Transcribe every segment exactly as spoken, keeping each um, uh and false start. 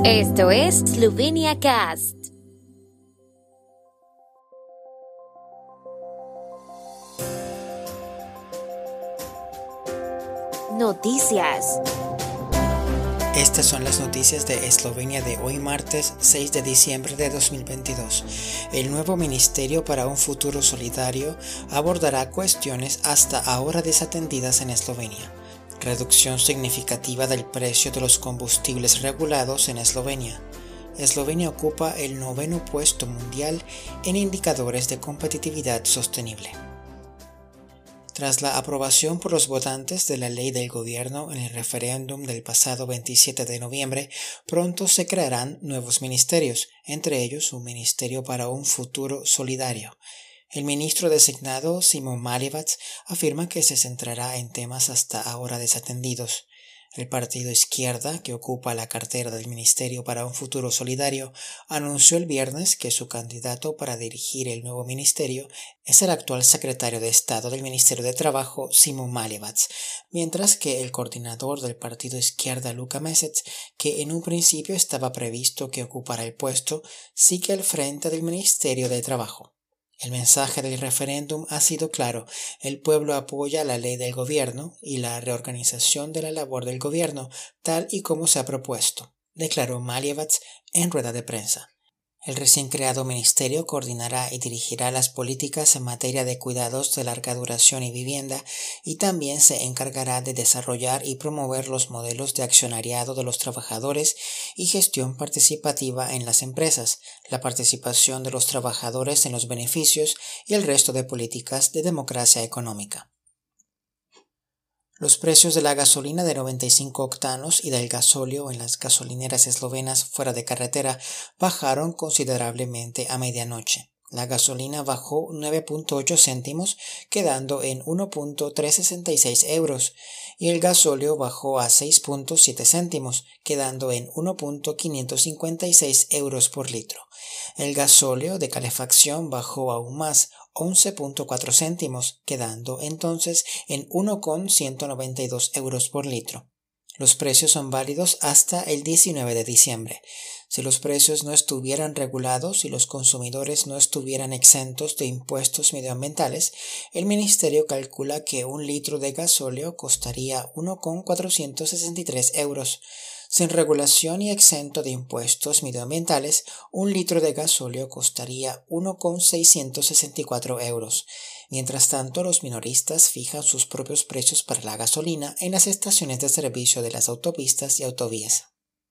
Esto es Slovenia Cast. Noticias. Estas son las noticias de Eslovenia de hoy martes seis de diciembre de dos mil veintidós. El nuevo Ministerio para un Futuro Solidario abordará cuestiones hasta ahora desatendidas en Eslovenia. Reducción significativa del precio de los combustibles regulados en Eslovenia. Eslovenia ocupa el noveno puesto mundial en indicadores de competitividad sostenible. Tras la aprobación por los votantes de la ley del gobierno en el referéndum del pasado veintisiete de noviembre, pronto se crearán nuevos ministerios, entre ellos un Ministerio para un Futuro Solidario. El ministro designado, Simo Maljevac, afirma que se centrará en temas hasta ahora desatendidos. El partido Izquierda, que ocupa la cartera del Ministerio para un Futuro Solidario, anunció el viernes que su candidato para dirigir el nuevo ministerio es el actual secretario de Estado del Ministerio de Trabajo, Simo Maljevac, mientras que el coordinador del partido Izquierda, Luka Mesec, que en un principio estaba previsto que ocupara el puesto, sigue al frente del Ministerio de Trabajo. El mensaje del referéndum ha sido claro: el pueblo apoya la ley del gobierno y la reorganización de la labor del gobierno, tal y como se ha propuesto, declaró Maljevac en rueda de prensa. El recién creado ministerio coordinará y dirigirá las políticas en materia de cuidados de larga duración y vivienda, y también se encargará de desarrollar y promover los modelos de accionariado de los trabajadores y gestión participativa en las empresas, la participación de los trabajadores en los beneficios y el resto de políticas de democracia económica. Los precios de la gasolina de noventa y cinco octanos y del gasóleo en las gasolineras eslovenas fuera de carretera bajaron considerablemente a medianoche. La gasolina bajó nueve punto ocho céntimos, quedando en uno punto trescientos sesenta y seis euros, y el gasóleo bajó a seis punto siete céntimos, quedando en uno punto quinientos cincuenta y seis euros por litro. El gasóleo de calefacción bajó aún más, once punto cuatro céntimos, quedando entonces en uno punto ciento noventa y dos euros por litro. Los precios son válidos hasta el diecinueve de diciembre. Si los precios no estuvieran regulados y los consumidores no estuvieran exentos de impuestos medioambientales, el ministerio calcula que un litro de gasóleo costaría uno punto cuatrocientos sesenta y tres euros. Sin regulación y exento de impuestos medioambientales, un litro de gasóleo costaría uno punto seiscientos sesenta y cuatro euros. Mientras tanto, los minoristas fijan sus propios precios para la gasolina en las estaciones de servicio de las autopistas y autovías.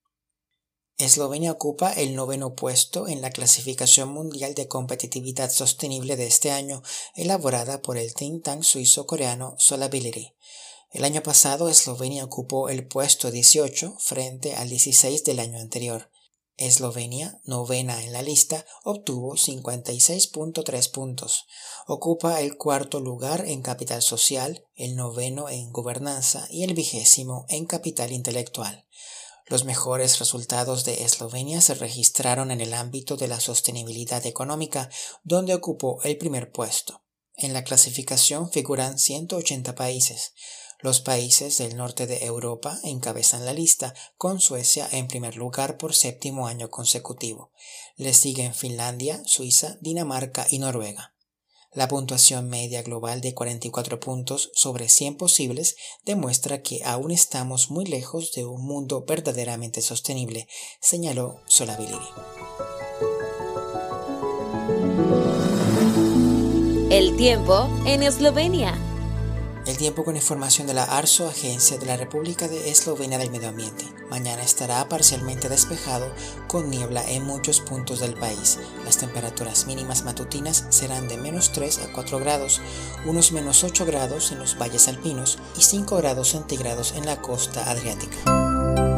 Eslovenia ocupa el noveno puesto en la clasificación mundial de competitividad sostenible de este año, elaborada por el think tank suizo-coreano Solability. El año pasado, Eslovenia ocupó el puesto dieciocho frente al dieciséis del año anterior. Eslovenia, novena en la lista, obtuvo cincuenta y seis punto tres puntos. Ocupa el cuarto lugar en capital social, el noveno en gobernanza y el vigésimo en capital intelectual. Los mejores resultados de Eslovenia se registraron en el ámbito de la sostenibilidad económica, donde ocupó el primer puesto. En la clasificación figuran ciento ochenta países. Los países del norte de Europa encabezan la lista, con Suecia en primer lugar por séptimo año consecutivo. Le siguen Finlandia, Suiza, Dinamarca y Noruega. La puntuación media global de cuarenta y cuatro puntos sobre cien posibles demuestra que aún estamos muy lejos de un mundo verdaderamente sostenible, señaló Solability. El tiempo en Eslovenia. El tiempo con información de la ARSO, Agencia de la República de Eslovenia del Medio Ambiente. Mañana estará parcialmente despejado con niebla en muchos puntos del país. Las temperaturas mínimas matutinas serán de menos tres a cuatro grados, unos menos ocho grados en los valles alpinos y cinco grados centígrados en la costa adriática.